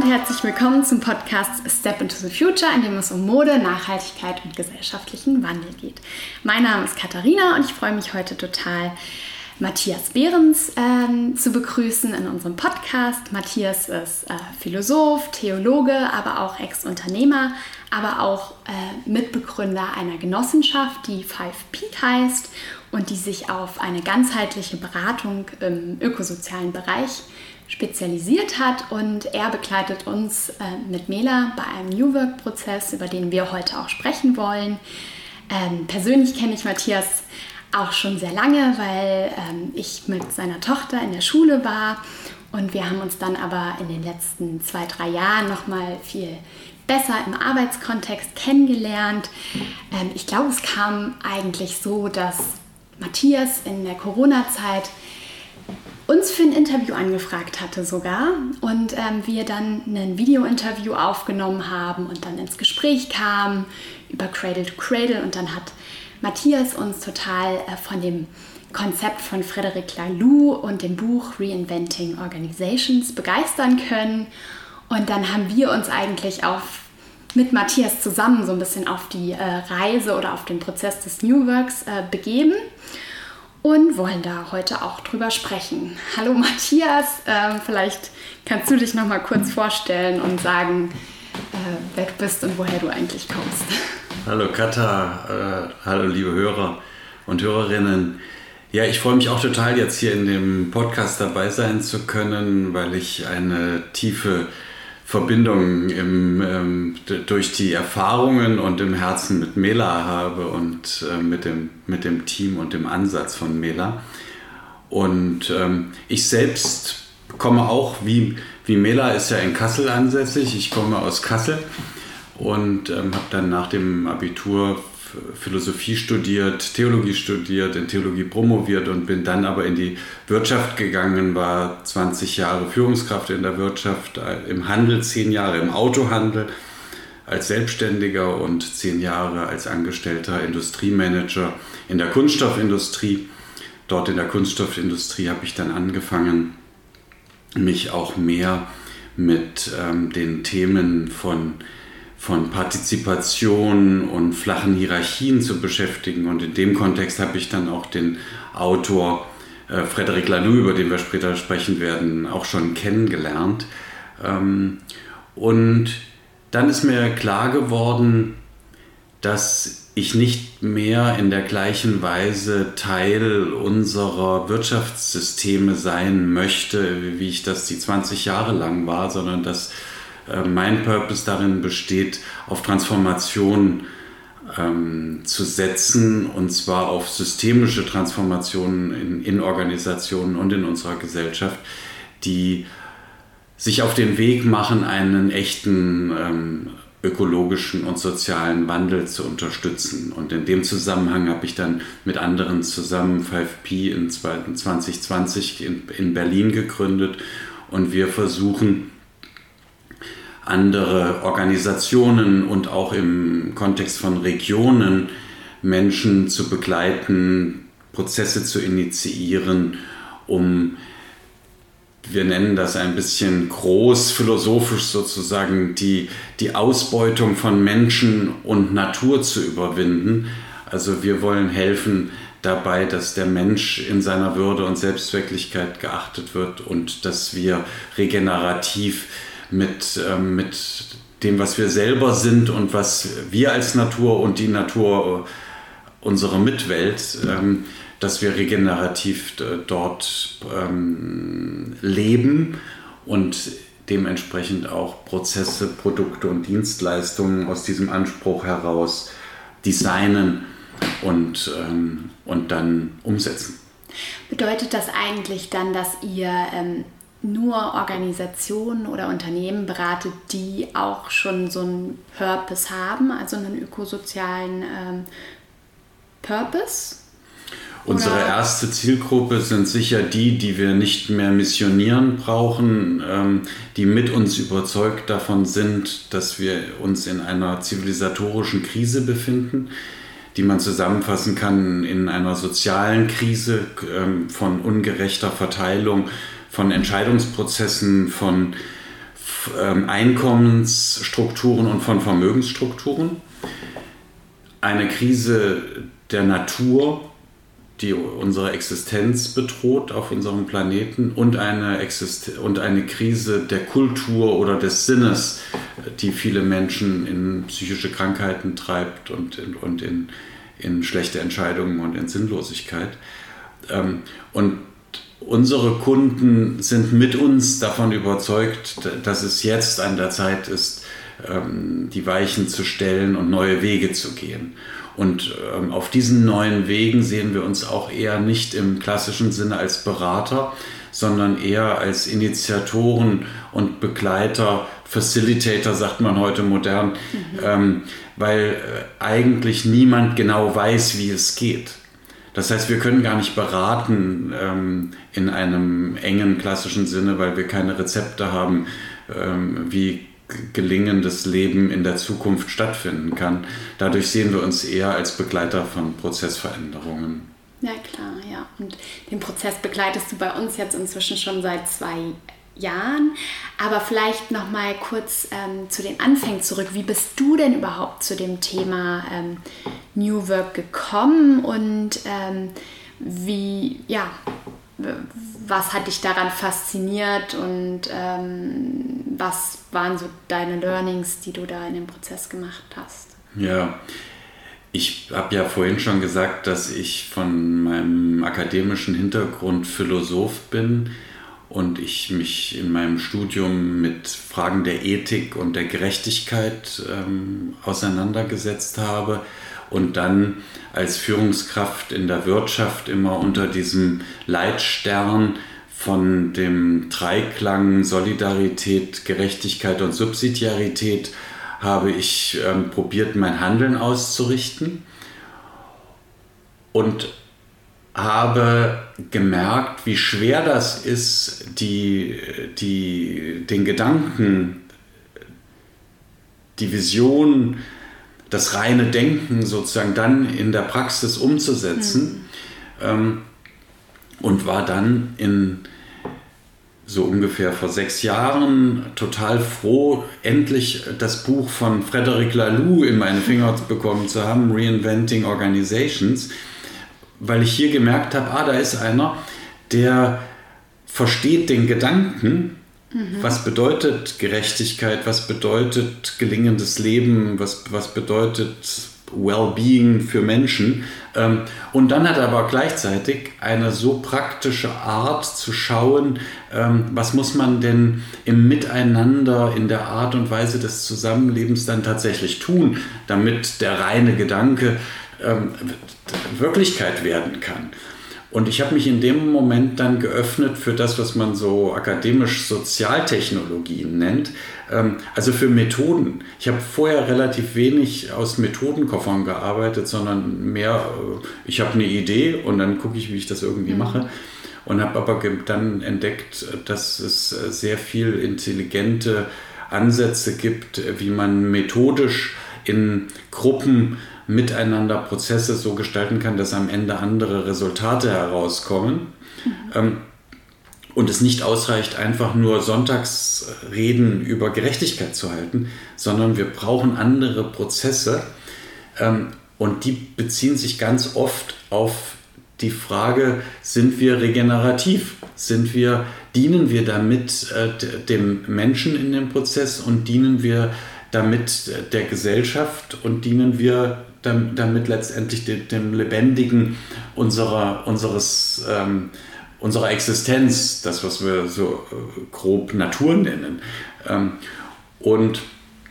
herzlich willkommen zum Podcast Step into the Future, in dem es um Mode, Nachhaltigkeit und gesellschaftlichen Wandel geht. Mein Name ist Katharina und ich freue mich heute total, Matthias Behrens zu begrüßen in unserem Podcast. Matthias ist Philosoph, Theologe, aber auch Ex-Unternehmer, aber auch Mitbegründer einer Genossenschaft, die 5P heißt und die sich auf eine ganzheitliche Beratung im ökosozialen Bereich spezialisiert hat, und er begleitet uns mit Mela bei einem New Work-Prozess, über den wir heute auch sprechen wollen. Persönlich kenne ich Matthias auch schon sehr lange, weil ich mit seiner Tochter in der Schule war, und wir haben uns dann aber in den letzten 2-3 Jahren nochmal viel besser im Arbeitskontext kennengelernt. Ich glaube, es kam eigentlich so, dass Matthias in der Corona-Zeit uns für ein Interview angefragt hatte sogar, und wir dann ein Video-Interview aufgenommen haben und dann ins Gespräch kamen über Cradle to Cradle, und dann hat Matthias uns total von dem Konzept von Frédéric Laloux und dem Buch Reinventing Organizations begeistern können, und dann haben wir uns eigentlich mit Matthias zusammen so ein bisschen auf die Reise oder auf den Prozess des New Works begeben und wollen da heute auch drüber sprechen. Hallo Matthias, vielleicht kannst du dich noch mal kurz vorstellen und sagen, wer du bist und woher du eigentlich kommst. Hallo Katha, hallo liebe Hörer und Hörerinnen. Ja, ich freue mich auch total, jetzt hier in dem Podcast dabei sein zu können, weil ich eine tiefe Verbindung durch die Erfahrungen und im Herzen mit Mela habe und mit dem Team und dem Ansatz von Mela. Und ich selbst komme auch, wie Mela ist ja in Kassel ansässig, ich komme aus Kassel und habe dann nach dem Abitur Philosophie studiert, Theologie studiert, in Theologie promoviert und bin dann aber in die Wirtschaft gegangen, war 20 Jahre Führungskraft in der Wirtschaft, im Handel 10 Jahre, im Autohandel als Selbstständiger und 10 Jahre als angestellter Industriemanager in der Kunststoffindustrie. Dort in der Kunststoffindustrie habe ich dann angefangen, mich auch mehr mit den Themen von Partizipation und flachen Hierarchien zu beschäftigen. Und in dem Kontext habe ich dann auch den Autor Frédéric Laloux, über den wir später sprechen werden, auch schon kennengelernt. Und dann ist mir klar geworden, dass ich nicht mehr in der gleichen Weise Teil unserer Wirtschaftssysteme sein möchte, wie ich das die 20 Jahre lang war, sondern dass mein Purpose darin besteht, auf Transformation zu setzen, und zwar auf systemische Transformationen in Organisationen und in unserer Gesellschaft, die sich auf den Weg machen, einen echten ökologischen und sozialen Wandel zu unterstützen. Und in dem Zusammenhang habe ich dann mit anderen zusammen 5P in 2020 in Berlin gegründet, und wir versuchen, andere Organisationen und auch im Kontext von Regionen Menschen zu begleiten, Prozesse zu initiieren, wir nennen das ein bisschen groß philosophisch sozusagen, die Ausbeutung von Menschen und Natur zu überwinden. Also wir wollen helfen dabei, dass der Mensch in seiner Würde und Selbstwirklichkeit geachtet wird und dass wir regenerativ mit dem, was wir selber sind und was wir als Natur und die Natur, unsere Mitwelt, dass wir regenerativ dort leben und dementsprechend auch Prozesse, Produkte und Dienstleistungen aus diesem Anspruch heraus designen und dann umsetzen. Bedeutet das eigentlich dann, dass ihr nur Organisationen oder Unternehmen beratet, die auch schon so einen Purpose haben, also einen ökosozialen Purpose? Unsere erste Zielgruppe sind sicher die wir nicht mehr missionieren brauchen, die mit uns überzeugt davon sind, dass wir uns in einer zivilisatorischen Krise befinden, die man zusammenfassen kann in einer sozialen Krise von ungerechter Verteilung, von Entscheidungsprozessen, von Einkommensstrukturen und von Vermögensstrukturen, eine Krise der Natur, die unsere Existenz bedroht auf unserem Planeten, und eine Krise der Kultur oder des Sinnes, die viele Menschen in psychische Krankheiten treibt und in schlechte Entscheidungen und in Sinnlosigkeit. Und unsere Kunden sind mit uns davon überzeugt, dass es jetzt an der Zeit ist, die Weichen zu stellen und neue Wege zu gehen. Und auf diesen neuen Wegen sehen wir uns auch eher nicht im klassischen Sinne als Berater, sondern eher als Initiatoren und Begleiter, Facilitator sagt man heute modern, weil eigentlich niemand genau weiß, wie es geht. Das heißt, wir können gar nicht beraten in einem engen klassischen Sinne, weil wir keine Rezepte haben, wie gelingendes Leben in der Zukunft stattfinden kann. Dadurch sehen wir uns eher als Begleiter von Prozessveränderungen. Ja, klar, ja. Und den Prozess begleitest du bei uns jetzt inzwischen schon seit 2 Jahren. Aber vielleicht noch mal kurz zu den Anfängen zurück. Wie bist du denn überhaupt zu dem Thema New Work gekommen und was hat dich daran fasziniert und was waren so deine Learnings, die du da in dem Prozess gemacht hast? Ja, ich habe ja vorhin schon gesagt, dass ich von meinem akademischen Hintergrund Philosoph bin und ich mich in meinem Studium mit Fragen der Ethik und der Gerechtigkeit auseinandergesetzt habe und dann als Führungskraft in der Wirtschaft immer unter diesem Leitstern von dem Dreiklang Solidarität, Gerechtigkeit und Subsidiarität habe ich probiert, mein Handeln auszurichten und habe gemerkt, wie schwer das ist, den Gedanken, die Vision, das reine Denken sozusagen dann in der Praxis umzusetzen. Und war dann so ungefähr vor 6 Jahren total froh, endlich das Buch von Frederic Laloux in meine Finger bekommen zu haben, Reinventing Organizations, weil ich hier gemerkt habe, da ist einer, der versteht den Gedanken, was bedeutet Gerechtigkeit, was bedeutet gelingendes Leben, was bedeutet Wellbeing für Menschen. Und dann hat er aber gleichzeitig eine so praktische Art zu schauen, was muss man denn im Miteinander, in der Art und Weise des Zusammenlebens dann tatsächlich tun, damit der reine Gedanke Wirklichkeit werden kann. Und ich habe mich in dem Moment dann geöffnet für das, was man so akademisch Sozialtechnologien nennt, also für Methoden. Ich habe vorher relativ wenig aus Methodenkoffern gearbeitet, sondern mehr, ich habe eine Idee und dann gucke ich, wie ich das irgendwie mache. Und habe aber dann entdeckt, dass es sehr viel intelligente Ansätze gibt, wie man methodisch in Gruppen miteinander Prozesse so gestalten kann, dass am Ende andere Resultate herauskommen. Und es nicht ausreicht, einfach nur Sonntagsreden über Gerechtigkeit zu halten, sondern wir brauchen andere Prozesse. Und die beziehen sich ganz oft auf die Frage, sind wir regenerativ? Dienen wir damit dem Menschen in dem Prozess und dienen wir damit der Gesellschaft und dienen wir damit letztendlich dem Lebendigen unserer Existenz, das, was wir so grob Natur nennen. Und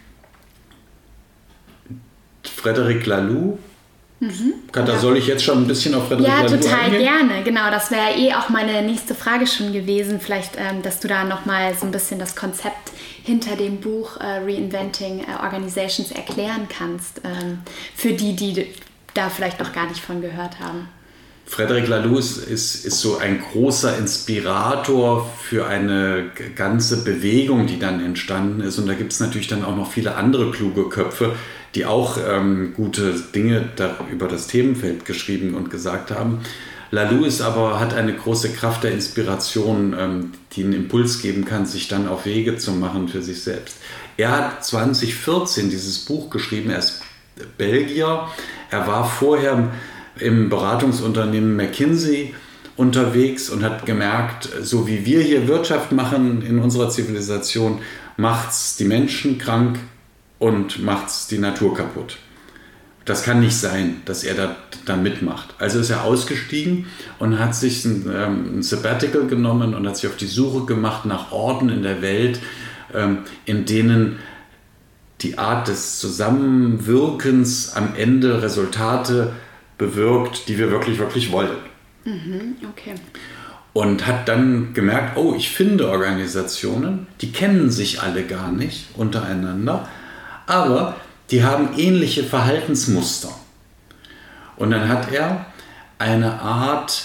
Frederic Laloux, soll ich jetzt schon ein bisschen auf Frederic Laloux eingehen? Ja, total gerne. Genau, das wäre auch meine nächste Frage schon gewesen. Vielleicht, dass du da nochmal so ein bisschen das Konzept hinter dem Buch Reinventing Organizations erklären kannst, für die da vielleicht noch gar nicht von gehört haben. Frederic Laloux ist so ein großer Inspirator für eine ganze Bewegung, die dann entstanden ist. Und da gibt es natürlich dann auch noch viele andere kluge Köpfe, die auch gute Dinge über das Themenfeld geschrieben und gesagt haben. Laloux hat eine große Kraft der Inspiration, die einen Impuls geben kann, sich dann auf Wege zu machen für sich selbst. Er hat 2014 dieses Buch geschrieben, er ist Belgier, er war vorher im Beratungsunternehmen McKinsey unterwegs und hat gemerkt, so wie wir hier Wirtschaft machen in unserer Zivilisation, macht es die Menschen krank und macht es die Natur kaputt. Das kann nicht sein, dass er da dann mitmacht. Also ist er ausgestiegen und hat sich ein Sabbatical genommen und hat sich auf die Suche gemacht nach Orten in der Welt, in denen die Art des Zusammenwirkens am Ende Resultate bewirkt, die wir wirklich, wirklich wollen. Okay. Und hat dann gemerkt, oh, ich finde Organisationen, die kennen sich alle gar nicht untereinander, aber die haben ähnliche Verhaltensmuster. Und dann hat er eine Art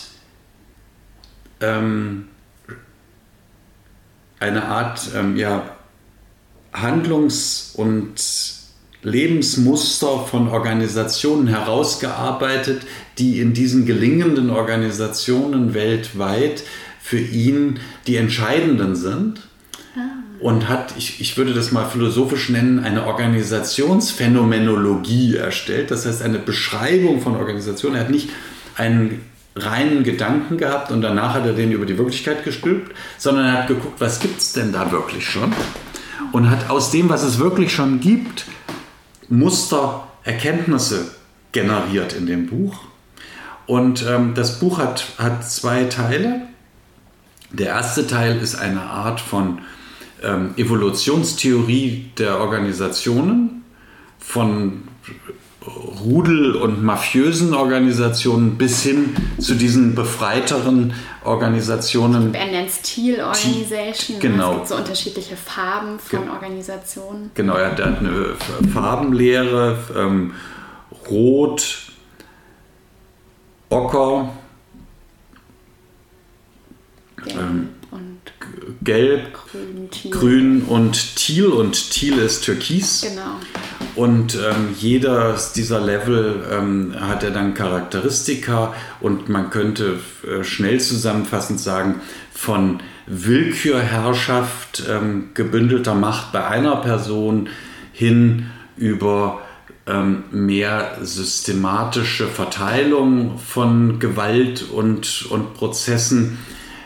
Handlungs- und Lebensmuster von Organisationen herausgearbeitet, die in diesen gelingenden Organisationen weltweit für ihn die entscheidenden sind. Und hat, ich würde das mal philosophisch nennen, eine Organisationsphänomenologie erstellt. Das heißt, eine Beschreibung von Organisationen. Er hat nicht einen reinen Gedanken gehabt und danach hat er den über die Wirklichkeit gestülpt, sondern er hat geguckt, was gibt es denn da wirklich schon? Und hat aus dem, was es wirklich schon gibt, Muster, Erkenntnisse generiert in dem Buch. Und das Buch hat 2 Teile. Der erste Teil ist eine Art von Evolutionstheorie der Organisationen, von Rudel- und mafiösen Organisationen bis hin zu diesen befreiteren Organisationen. Er nennt es Teal Organization. Genau. Es gibt so unterschiedliche Farben von Organisationen. Genau, er hat eine Farbenlehre, Rot, Ocker, Gelb, Grün und Teal. Und Teal ist Türkis. Genau. Und jeder dieser Level hat er dann Charakteristika und man könnte schnell zusammenfassend sagen, von Willkürherrschaft, gebündelter Macht bei einer Person hin über mehr systematische Verteilung von Gewalt und Prozessen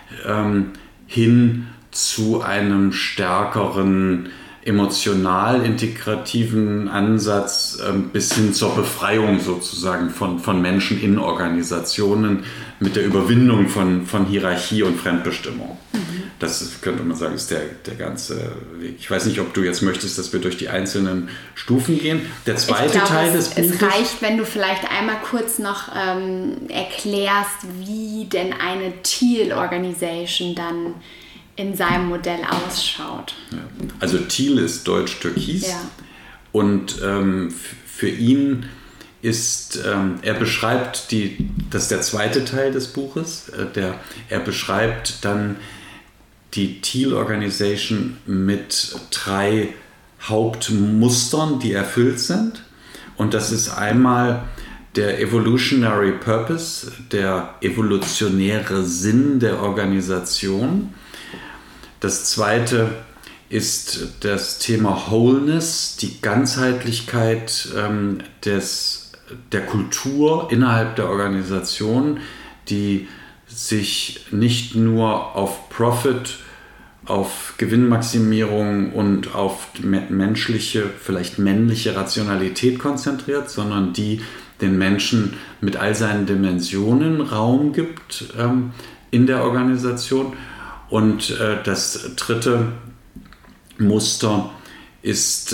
hin zu einem stärkeren emotional integrativen Ansatz bis hin zur Befreiung sozusagen von Menschen in Organisationen mit der Überwindung von Hierarchie und Fremdbestimmung. Das ist, könnte man sagen, ist der ganze Weg. Ich weiß nicht, ob du jetzt möchtest, dass wir durch die einzelnen Stufen gehen. Der zweite Teil des Buches. Es reicht, wenn du vielleicht einmal kurz noch erklärst, wie denn eine Teal Organization dann in seinem Modell ausschaut. Ja. Also Teal ist deutsch-türkis. Ja. Und für ihn ist, er beschreibt, das ist der zweite Teil des Buches, er beschreibt dann die Teal Organization mit 3 Hauptmustern, die erfüllt sind. Und das ist einmal der Evolutionary Purpose, der evolutionäre Sinn der Organisation. Das zweite ist das Thema Wholeness, die Ganzheitlichkeit der Kultur innerhalb der Organisation, die sich nicht nur auf Profit, auf Gewinnmaximierung und auf menschliche, vielleicht männliche Rationalität konzentriert, sondern die den Menschen mit all seinen Dimensionen Raum gibt in der Organisation. Und das dritte Muster ist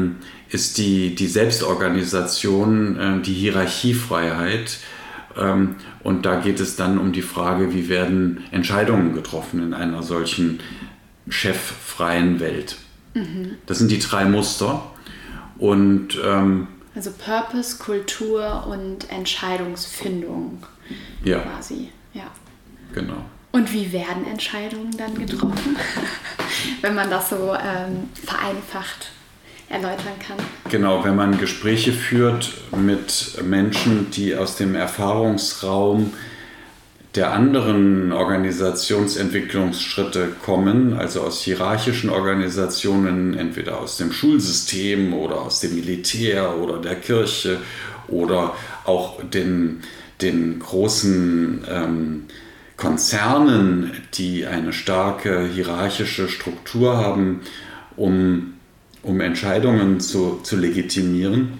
die Selbstorganisation, die Hierarchiefreiheit. Und da geht es dann um die Frage, wie werden Entscheidungen getroffen in einer solchen cheffreien Welt. Das sind die 3 Muster. Und also Purpose, Kultur und Entscheidungsfindung quasi. Ja. Genau. Und wie werden Entscheidungen dann getroffen, wenn man das so vereinfacht erläutern kann? Genau, wenn man Gespräche führt mit Menschen, die aus dem Erfahrungsraum der anderen Organisationsentwicklungsschritte kommen, also aus hierarchischen Organisationen, entweder aus dem Schulsystem oder aus dem Militär oder der Kirche oder auch den großen Konzernen, die eine starke hierarchische Struktur haben, um Entscheidungen zu legitimieren.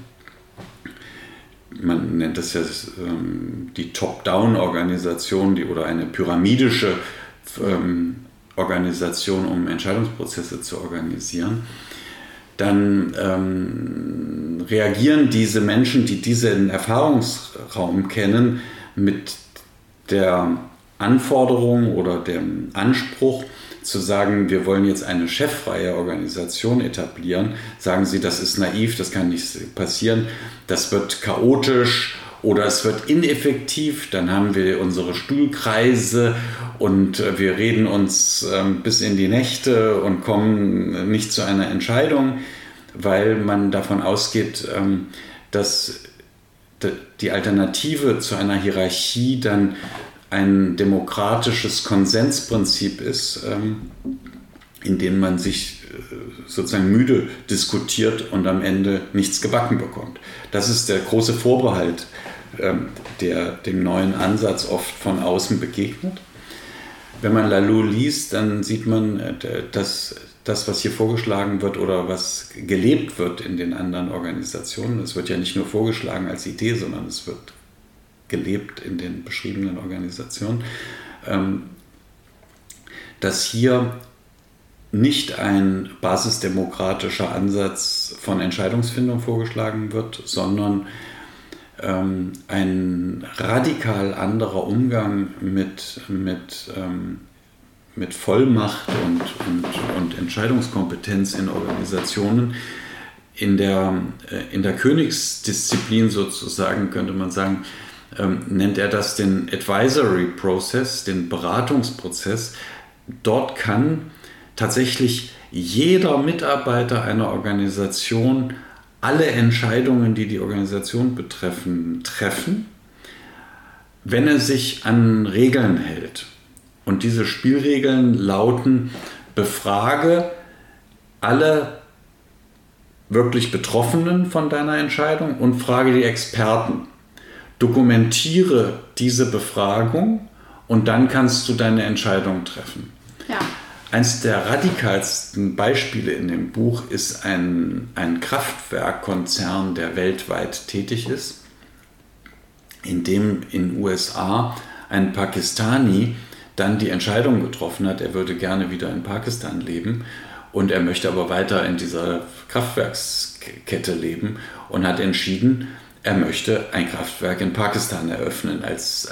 Man nennt das ja die Top-Down-Organisation oder eine pyramidische Organisation, um Entscheidungsprozesse zu organisieren. Dann reagieren diese Menschen, die diesen Erfahrungsraum kennen, mit der Anforderung oder dem Anspruch zu sagen, wir wollen jetzt eine cheffreie Organisation etablieren. Sagen sie, das ist naiv, das kann nicht passieren, das wird chaotisch oder es wird ineffektiv, dann haben wir unsere Stuhlkreise und wir reden uns bis in die Nächte und kommen nicht zu einer Entscheidung, weil man davon ausgeht, dass die Alternative zu einer Hierarchie dann ein demokratisches Konsensprinzip ist, in dem man sich sozusagen müde diskutiert und am Ende nichts gebacken bekommt. Das ist der große Vorbehalt, der dem neuen Ansatz oft von außen begegnet. Wenn man Laloux liest, dann sieht man, dass das, was hier vorgeschlagen wird oder was gelebt wird in den anderen Organisationen, es wird ja nicht nur vorgeschlagen als Idee, sondern es wird gelebt in den beschriebenen Organisationen, dass hier nicht ein basisdemokratischer Ansatz von Entscheidungsfindung vorgeschlagen wird, sondern ein radikal anderer Umgang mit Vollmacht und Entscheidungskompetenz in Organisationen. In der Königsdisziplin sozusagen könnte man sagen, nennt er das den Advisory Process, den Beratungsprozess. Dort kann tatsächlich jeder Mitarbeiter einer Organisation alle Entscheidungen, die die Organisation betreffen, treffen, wenn er sich an Regeln hält. Und diese Spielregeln lauten: Befrage alle wirklich Betroffenen von deiner Entscheidung und frage die Experten. Dokumentiere diese Befragung und dann kannst du deine Entscheidung treffen. Ja. Eines der radikalsten Beispiele in dem Buch ist ein Kraftwerkkonzern, der weltweit tätig ist, in dem in den USA ein Pakistani dann die Entscheidung getroffen hat, er würde gerne wieder in Pakistan leben und er möchte aber weiter in dieser Kraftwerkskette leben und hat entschieden, er möchte ein Kraftwerk in Pakistan eröffnen als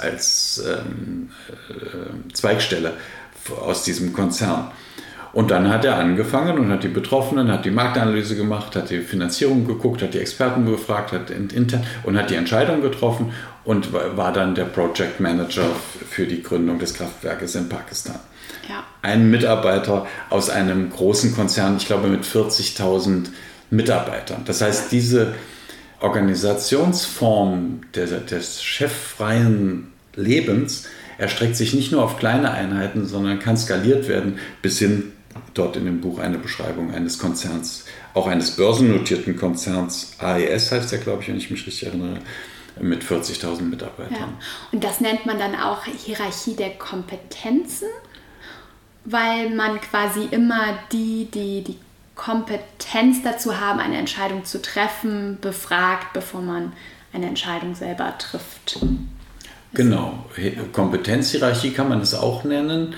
Zweigstelle aus diesem Konzern. Und dann hat er angefangen und hat die Betroffenen, hat die Marktanalyse gemacht, hat die Finanzierung geguckt, hat die Experten befragt, hat intern und hat die Entscheidung getroffen und war dann der Project Manager für die Gründung des Kraftwerkes in Pakistan. Ja. Ein Mitarbeiter aus einem großen Konzern, ich glaube mit 40.000 Mitarbeitern. Das heißt, diese Organisationsform des cheffreien Lebens erstreckt sich nicht nur auf kleine Einheiten, sondern kann skaliert werden bis hin, dort in dem Buch eine Beschreibung eines Konzerns, auch eines börsennotierten Konzerns, AES heißt der, glaube ich, wenn ich mich richtig erinnere, mit 40.000 Mitarbeitern. Ja. Und das nennt man dann auch Hierarchie der Kompetenzen, weil man quasi immer die Kompetenz dazu haben, eine Entscheidung zu treffen, befragt, bevor man eine Entscheidung selber trifft. Genau, Kompetenzhierarchie kann man es auch nennen,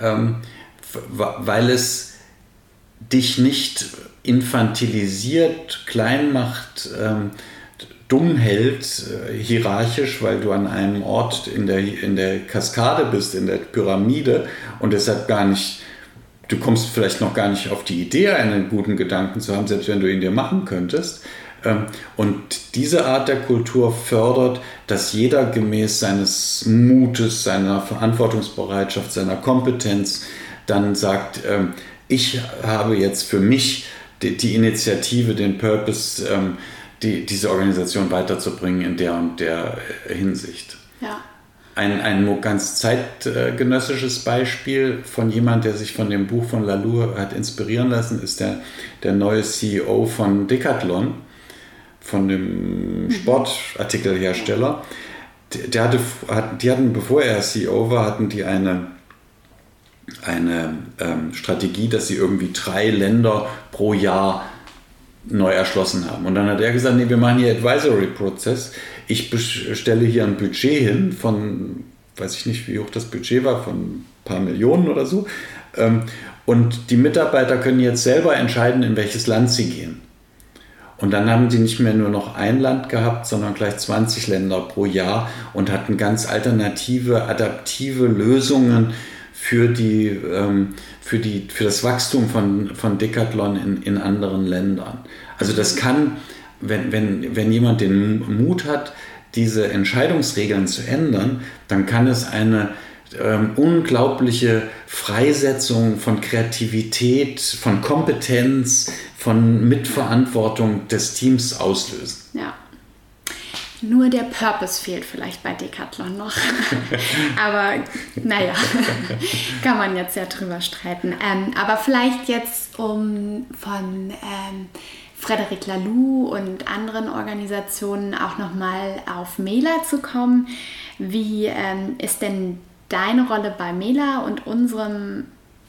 weil es dich nicht infantilisiert, klein macht, dumm hält, hierarchisch, weil du an einem Ort in der Kaskade bist, in der Pyramide und deshalb du kommst vielleicht noch gar nicht auf die Idee, einen guten Gedanken zu haben, selbst wenn du ihn dir machen könntest. Und diese Art der Kultur fördert, dass jeder gemäß seines Mutes, seiner Verantwortungsbereitschaft, seiner Kompetenz dann sagt, ich habe jetzt für mich die Initiative, den Purpose, diese Organisation weiterzubringen in der und der Hinsicht. Ja. ein ganz zeitgenössisches Beispiel von jemand, der sich von dem Buch von Laloux hat inspirieren lassen, ist der neue CEO von Decathlon, von dem Sportartikelhersteller. Die hatten, bevor er CEO war, hatten die eine Strategie, dass sie irgendwie 3 Länder pro Jahr neu erschlossen haben. Und dann hat er gesagt, nee, wir machen hier Advisory-Prozess. Ich stelle hier ein Budget hin von, weiß ich nicht, wie hoch das Budget war, von ein paar Millionen oder so. Und die Mitarbeiter können jetzt selber entscheiden, in welches Land sie gehen. Und dann haben sie nicht mehr nur noch ein Land gehabt, sondern gleich 20 Länder pro Jahr und hatten ganz alternative, adaptive Lösungen für das Wachstum von Decathlon in anderen Ländern. Also das kann, wenn jemand den Mut hat, diese Entscheidungsregeln zu ändern, dann kann es eine unglaubliche Freisetzung von Kreativität, von Kompetenz, von Mitverantwortung des Teams auslösen. Ja. Nur der Purpose fehlt vielleicht bei Decathlon noch. Aber naja, kann man jetzt ja drüber streiten. Aber vielleicht jetzt, um von Frédéric Laloux und anderen Organisationen auch nochmal auf Mela zu kommen. Wie ist denn deine Rolle bei Mela und unserem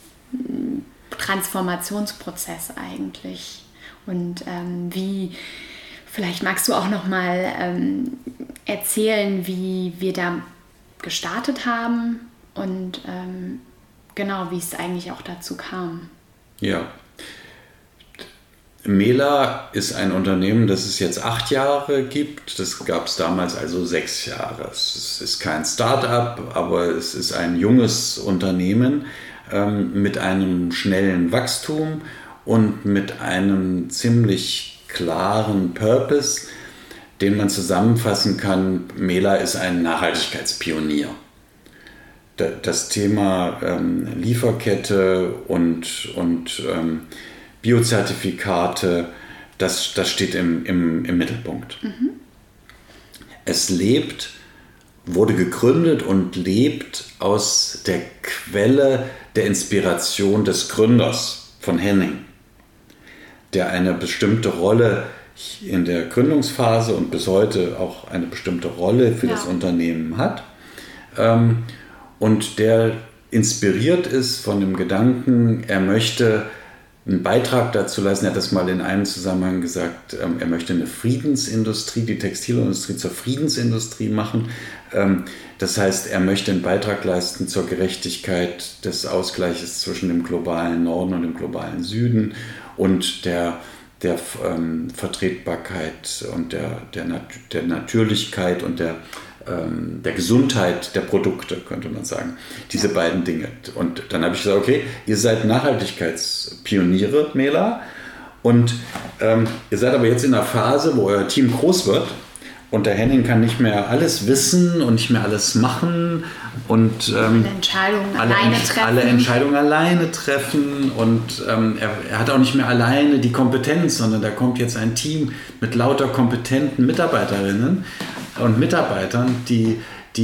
Transformationsprozess eigentlich? Und vielleicht magst du auch noch mal erzählen, wie wir da gestartet haben und genau, wie es eigentlich auch dazu kam. Ja. Mela ist ein Unternehmen, das es jetzt 8 Jahre gibt. Das gab es damals also 6 Jahre. Es ist kein Start-up, aber es ist ein junges Unternehmen mit einem schnellen Wachstum und mit einem ziemlich klaren Purpose, den man zusammenfassen kann. Mela ist ein Nachhaltigkeitspionier. Das Thema Lieferkette und Biozertifikate, das steht im Mittelpunkt. Mhm. Es wurde gegründet und lebt aus der Quelle der Inspiration des Gründers von Henning, der eine bestimmte Rolle in der Gründungsphase und bis heute auch eine bestimmte Rolle für das Unternehmen hat und der inspiriert ist von dem Gedanken, er möchte einen Beitrag dazu leisten. Er hat das mal in einem Zusammenhang gesagt, er möchte eine Friedensindustrie, die Textilindustrie zur Friedensindustrie machen. Das heißt, er möchte einen Beitrag leisten zur Gerechtigkeit des Ausgleiches zwischen dem globalen Norden und dem globalen Süden und der Vertretbarkeit und der Natürlichkeit und der Gesundheit der Produkte, könnte man sagen. Diese beiden Dinge. Und dann habe ich gesagt, okay, ihr seid Nachhaltigkeitspioniere, Mela, und ihr seid aber jetzt in einer Phase, wo euer Team groß wird und der Henning kann nicht mehr alles wissen und nicht mehr alles machen und alle Entscheidungen alleine treffen und er hat auch nicht mehr alleine die Kompetenz, sondern da kommt jetzt ein Team mit lauter kompetenten Mitarbeiterinnen und Mitarbeitern, die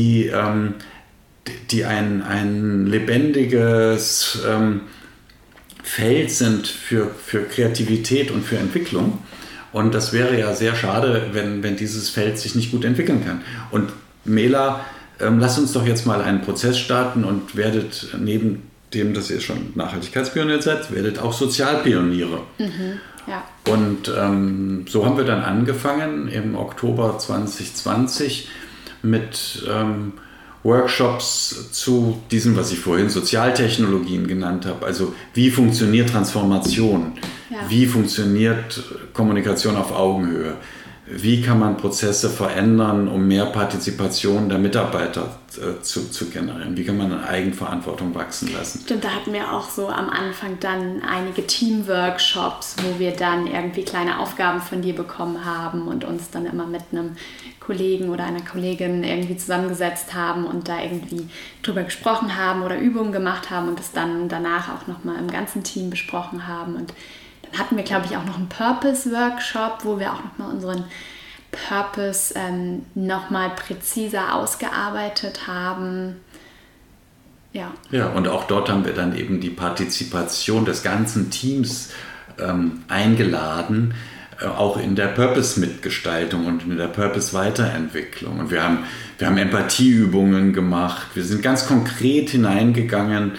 ein lebendiges Feld sind für Kreativität und für Entwicklung. Und das wäre ja sehr schade, wenn dieses Feld sich nicht gut entwickeln kann. Und Mela, lasst uns doch jetzt mal einen Prozess starten und werdet neben dem, dass ihr schon Nachhaltigkeitspioniere seid, werdet auch Sozialpioniere. Mhm. Ja. Und so haben wir dann angefangen im Oktober 2020 mit Workshops zu diesem, was ich vorhin Sozialtechnologien genannt habe. Also wie funktioniert Transformation? Ja. Wie funktioniert Kommunikation auf Augenhöhe? Wie kann man Prozesse verändern, um mehr Partizipation der Mitarbeiter zu generieren? Wie kann man eine Eigenverantwortung wachsen lassen? Stimmt, da hatten wir auch so am Anfang dann einige Teamworkshops, wo wir dann irgendwie kleine Aufgaben von dir bekommen haben und uns dann immer mit einem Kollegen oder einer Kollegin irgendwie zusammengesetzt haben und da irgendwie drüber gesprochen haben oder Übungen gemacht haben und das dann danach auch nochmal im ganzen Team besprochen haben. Und dann hatten wir, glaube ich, auch noch einen Purpose-Workshop, wo wir auch nochmal unseren Purpose nochmal präziser ausgearbeitet haben. Ja, und auch dort haben wir dann eben die Partizipation des ganzen Teams eingeladen, auch in der Purpose-Mitgestaltung und in der Purpose-Weiterentwicklung. Und wir haben Empathieübungen gemacht, wir sind ganz konkret hineingegangen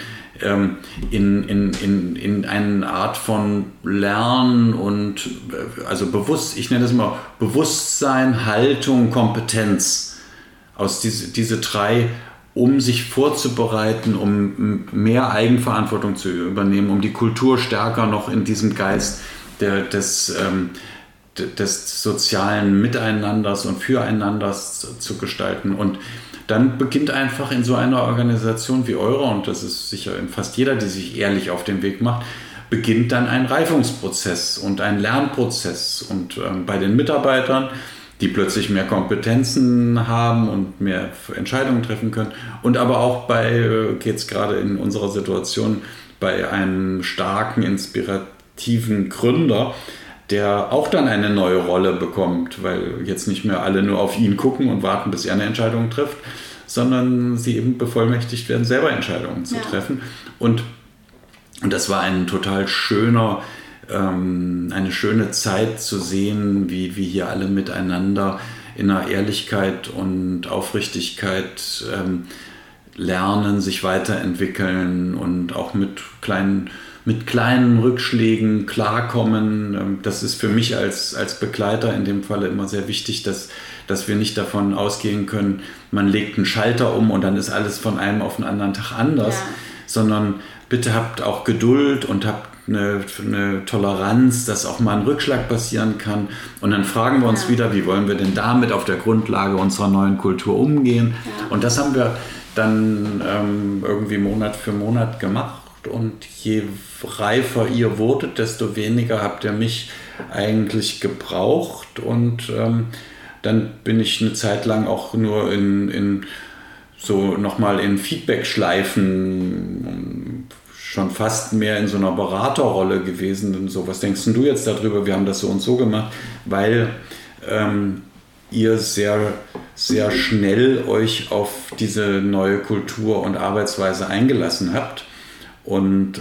in eine Art von Lernen und also ich nenne das immer Bewusstsein, Haltung, Kompetenz. Aus diese drei, um sich vorzubereiten, um mehr Eigenverantwortung zu übernehmen, um die Kultur stärker noch in diesem Geist des sozialen Miteinanders und Füreinanders zu gestalten. Und dann beginnt einfach in so einer Organisation wie eure, und das ist sicher in fast jeder, die sich ehrlich auf den Weg macht, beginnt dann ein Reifungsprozess und ein Lernprozess. Und bei den Mitarbeitern, die plötzlich mehr Kompetenzen haben und mehr Entscheidungen treffen können. Und aber auch geht es gerade in unserer Situation, bei einem starken, inspirativen Gründer, der auch dann eine neue Rolle bekommt, weil jetzt nicht mehr alle nur auf ihn gucken und warten, bis er eine Entscheidung trifft, sondern sie eben bevollmächtigt werden, selber Entscheidungen zu treffen. Und das war ein total eine schöne Zeit zu sehen, wie hier alle miteinander in einer Ehrlichkeit und Aufrichtigkeit lernen, sich weiterentwickeln und auch mit kleinen Rückschlägen klarkommen. Das ist für mich als Begleiter in dem Falle immer sehr wichtig, dass wir nicht davon ausgehen können, man legt einen Schalter um und dann ist alles von einem auf den anderen Tag anders, sondern bitte habt auch Geduld und habt eine Toleranz, dass auch mal ein Rückschlag passieren kann. Und dann fragen wir uns wieder, wie wollen wir denn damit auf der Grundlage unserer neuen Kultur umgehen? Ja. Und das haben wir dann irgendwie Monat für Monat gemacht. Und je reifer ihr wurdet, desto weniger habt ihr mich eigentlich gebraucht. Und dann bin ich eine Zeit lang auch nur so nochmal in Feedback-Schleifen schon fast mehr in so einer Beraterrolle gewesen. Und so, was denkst du jetzt darüber? Wir haben das so und so gemacht, weil ihr sehr, sehr schnell euch auf diese neue Kultur und Arbeitsweise eingelassen habt. Und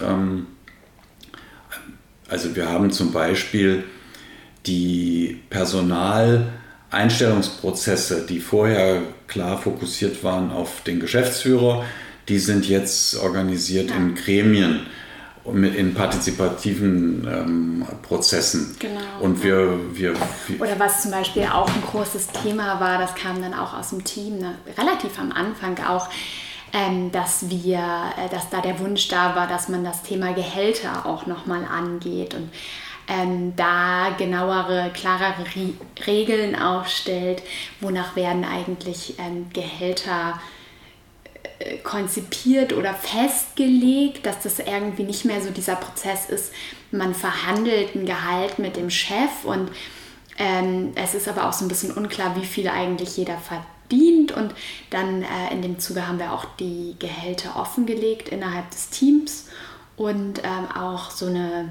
also wir haben zum Beispiel die Personaleinstellungsprozesse, die vorher klar fokussiert waren auf den Geschäftsführer, die sind jetzt organisiert in Gremien, in partizipativen Prozessen. Genau. Und oder was zum Beispiel auch ein großes Thema war, das kam dann auch aus dem Team, relativ am Anfang auch, dass da der Wunsch da war, dass man das Thema Gehälter auch nochmal angeht und da genauere, klarere Regeln aufstellt, wonach werden eigentlich Gehälter konzipiert oder festgelegt, dass das irgendwie nicht mehr so dieser Prozess ist, man verhandelt ein Gehalt mit dem Chef und es ist aber auch so ein bisschen unklar, wie viel eigentlich jeder verdient und dann in dem Zuge haben wir auch die Gehälter offengelegt innerhalb des Teams und auch so eine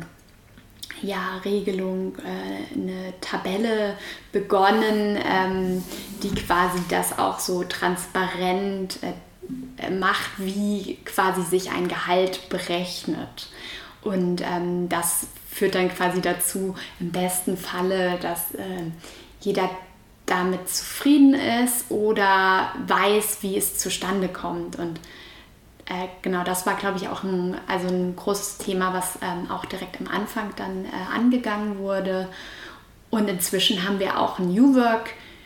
Regelung, eine Tabelle begonnen, die quasi das auch so transparent macht, wie quasi sich ein Gehalt berechnet. Und das führt dann quasi dazu, im besten Falle, dass jeder damit zufrieden ist oder weiß, wie es zustande kommt. Und genau, das war, glaube ich, auch ein großes Thema, was auch direkt am Anfang dann angegangen wurde. Und inzwischen haben wir auch ein New Work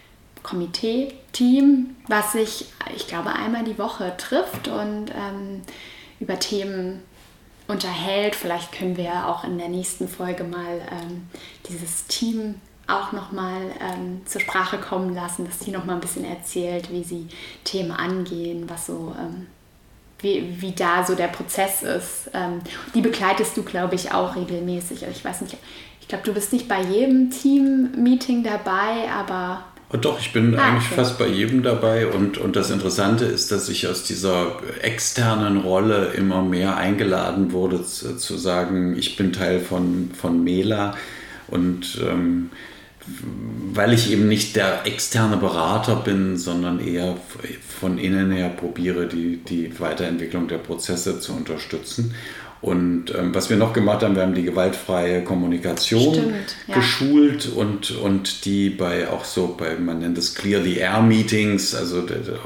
Komitee-Team, was sich, ich glaube, einmal die Woche trifft und über Themen unterhält. Vielleicht können wir auch in der nächsten Folge mal dieses Team auch nochmal zur Sprache kommen lassen, dass die nochmal ein bisschen erzählt, wie sie Themen angehen, was so, wie da so der Prozess ist. Die begleitest du, glaube ich, auch regelmäßig. Also ich weiß nicht, ich glaube, du bist nicht bei jedem Team-Meeting dabei, aber... Doch, ich bin eigentlich fast bei jedem dabei und das Interessante ist, dass ich aus dieser externen Rolle immer mehr eingeladen wurde, zu sagen, ich bin Teil von Mela und weil ich eben nicht der externe Berater bin, sondern eher von innen her probiere, die Weiterentwicklung der Prozesse zu unterstützen. Und was wir noch gemacht haben, wir haben die gewaltfreie Kommunikation geschult und die man nennt es Clear the Air Meetings, also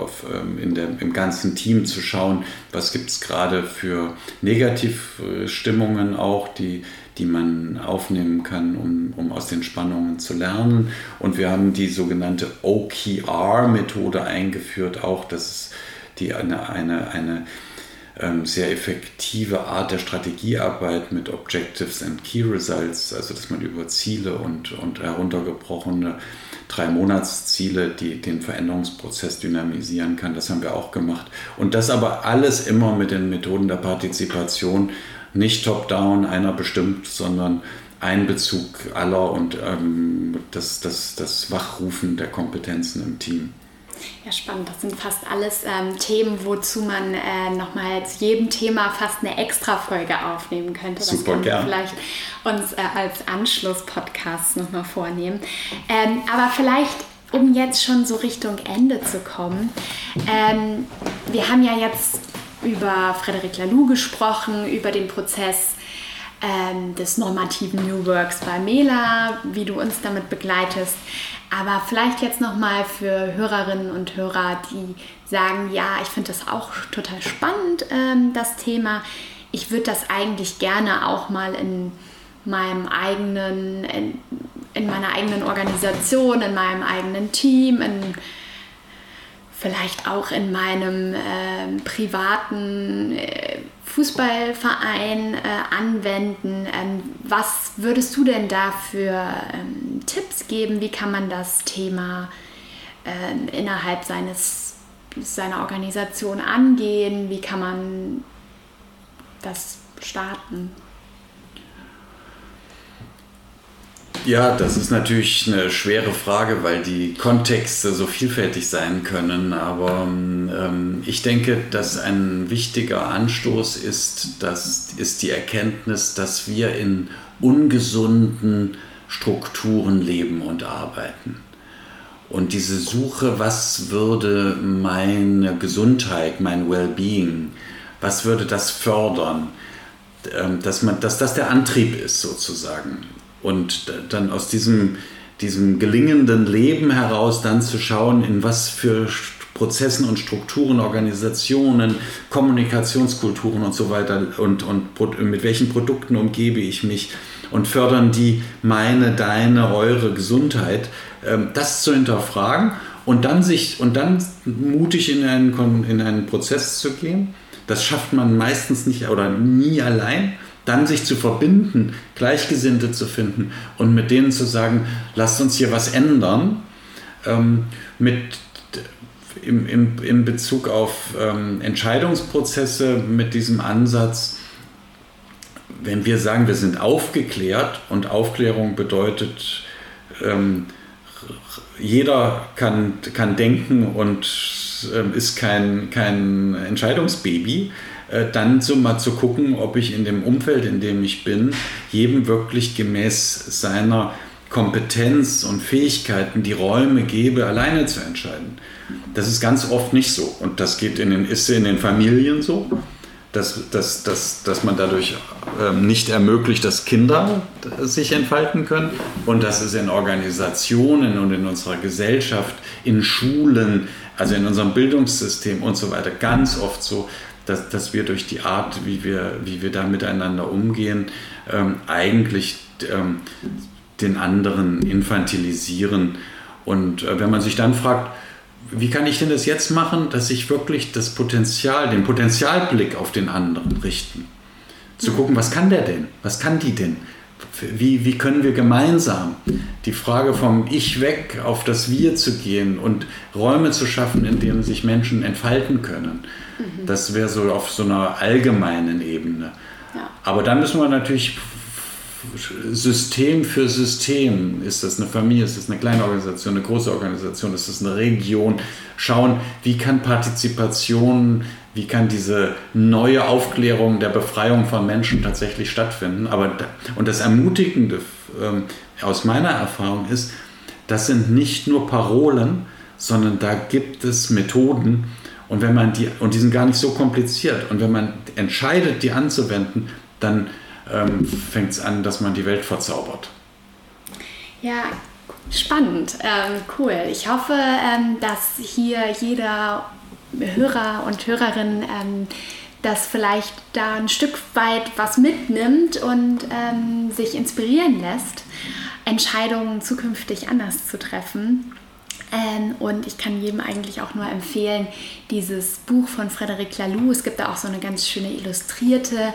im ganzen Team zu schauen, was gibt es gerade für Negativstimmungen auch, die man aufnehmen kann, um aus den Spannungen zu lernen. Und wir haben die sogenannte OKR-Methode eingeführt, auch das ist eine sehr effektive Art der Strategiearbeit mit Objectives and Key Results, also dass man über Ziele und heruntergebrochene 3-Monatsziele den Veränderungsprozess dynamisieren kann. Das haben wir auch gemacht. Und das aber alles immer mit den Methoden der Partizipation, nicht top-down, einer bestimmt, sondern Einbezug aller und das Wachrufen der Kompetenzen im Team. Ja, spannend. Das sind fast alles Themen, wozu man nochmal zu jedem Thema fast eine Extra-Folge aufnehmen könnte. Das Super, können wir gern. vielleicht uns als Anschluss-Podcast nochmal vornehmen. Aber vielleicht, um jetzt schon so Richtung Ende zu kommen, wir haben ja jetzt über Frederic Laloux gesprochen, über den Prozess des normativen New Works bei Mela, wie du uns damit begleitest. Aber vielleicht jetzt nochmal für Hörerinnen und Hörer, die sagen, ja, ich finde das auch total spannend, das Thema. Ich würde das eigentlich gerne auch mal in meiner eigenen Organisation, in meinem eigenen Team, vielleicht auch in meinem privaten Fußballverein anwenden. Was würdest du denn da für Tipps geben? Wie kann man das Thema innerhalb seiner Organisation angehen? Wie kann man das starten? Ja, das ist natürlich eine schwere Frage, weil die Kontexte so vielfältig sein können. Aber ich denke, dass ein wichtiger Anstoß ist die Erkenntnis, dass wir in ungesunden Strukturen leben und arbeiten. Und diese Suche, was würde meine Gesundheit, mein Wellbeing, was würde das fördern, dass das der Antrieb ist sozusagen. Und dann aus diesem gelingenden Leben heraus dann zu schauen, in was für Prozessen und Strukturen, Organisationen, Kommunikationskulturen und so weiter und mit welchen Produkten umgebe ich mich und fördern die meine, deine, eure Gesundheit, das zu hinterfragen und dann mutig in einen Prozess zu gehen. Das schafft man meistens nicht oder nie allein. Dann sich zu verbinden, Gleichgesinnte zu finden und mit denen zu sagen, lasst uns hier was ändern, in Bezug auf Entscheidungsprozesse mit diesem Ansatz, wenn wir sagen, wir sind aufgeklärt und Aufklärung bedeutet, jeder kann denken und ist kein Entscheidungsbaby, dann mal zu gucken, ob ich in dem Umfeld, in dem ich bin, jedem wirklich gemäß seiner Kompetenz und Fähigkeiten die Räume gebe, alleine zu entscheiden. Das ist ganz oft nicht so. Und das ist in den Familien so, dass man dadurch nicht ermöglicht, dass Kinder sich entfalten können. Und das ist in Organisationen und in unserer Gesellschaft, in Schulen, also in unserem Bildungssystem und so weiter ganz oft so, dass wir durch die Art, wie wir da miteinander umgehen, eigentlich den anderen infantilisieren. Und wenn man sich dann fragt, wie kann ich denn das jetzt machen, dass ich wirklich den Potenzialblick auf den anderen richten? Zu gucken, was kann der denn? Was kann die denn? Wie können wir gemeinsam die Frage vom Ich weg auf das Wir zu gehen und Räume zu schaffen, in denen sich Menschen entfalten können? Das wäre so auf so einer allgemeinen Ebene. Ja. Aber dann müssen wir natürlich System für System, ist das eine Familie, ist das eine kleine Organisation, eine große Organisation, ist das eine Region, schauen, wie kann Partizipation, wie kann diese neue Aufklärung der Befreiung von Menschen tatsächlich stattfinden. Und das Ermutigende aus meiner Erfahrung ist, das sind nicht nur Parolen, sondern da gibt es Methoden und die sind gar nicht so kompliziert. Und wenn man entscheidet, die anzuwenden, dann fängt es an, dass man die Welt verzaubert. Ja, spannend, cool. Ich hoffe, dass hier jeder Hörer und Hörerin das vielleicht da ein Stück weit was mitnimmt und sich inspirieren lässt, Entscheidungen zukünftig anders zu treffen. Und ich kann jedem eigentlich auch nur empfehlen, dieses Buch von Frédéric Laloux, es gibt da auch so eine ganz schöne illustrierte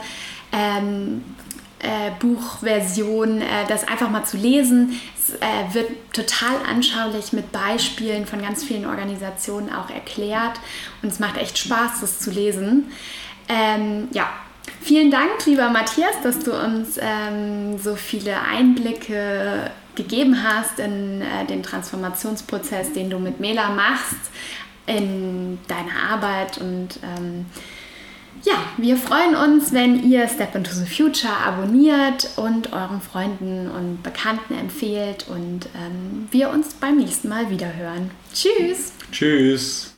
Buchversion, das einfach mal zu lesen. Es wird total anschaulich mit Beispielen von ganz vielen Organisationen auch erklärt und es macht echt Spaß, das zu lesen. Vielen Dank, lieber Matthias, dass du uns so viele Einblicke gegeben hast in den Transformationsprozess, den du mit Mela machst, in deiner Arbeit. Und wir freuen uns, wenn ihr Step into the Future abonniert und euren Freunden und Bekannten empfehlt und wir uns beim nächsten Mal wieder hören. Tschüss! Tschüss!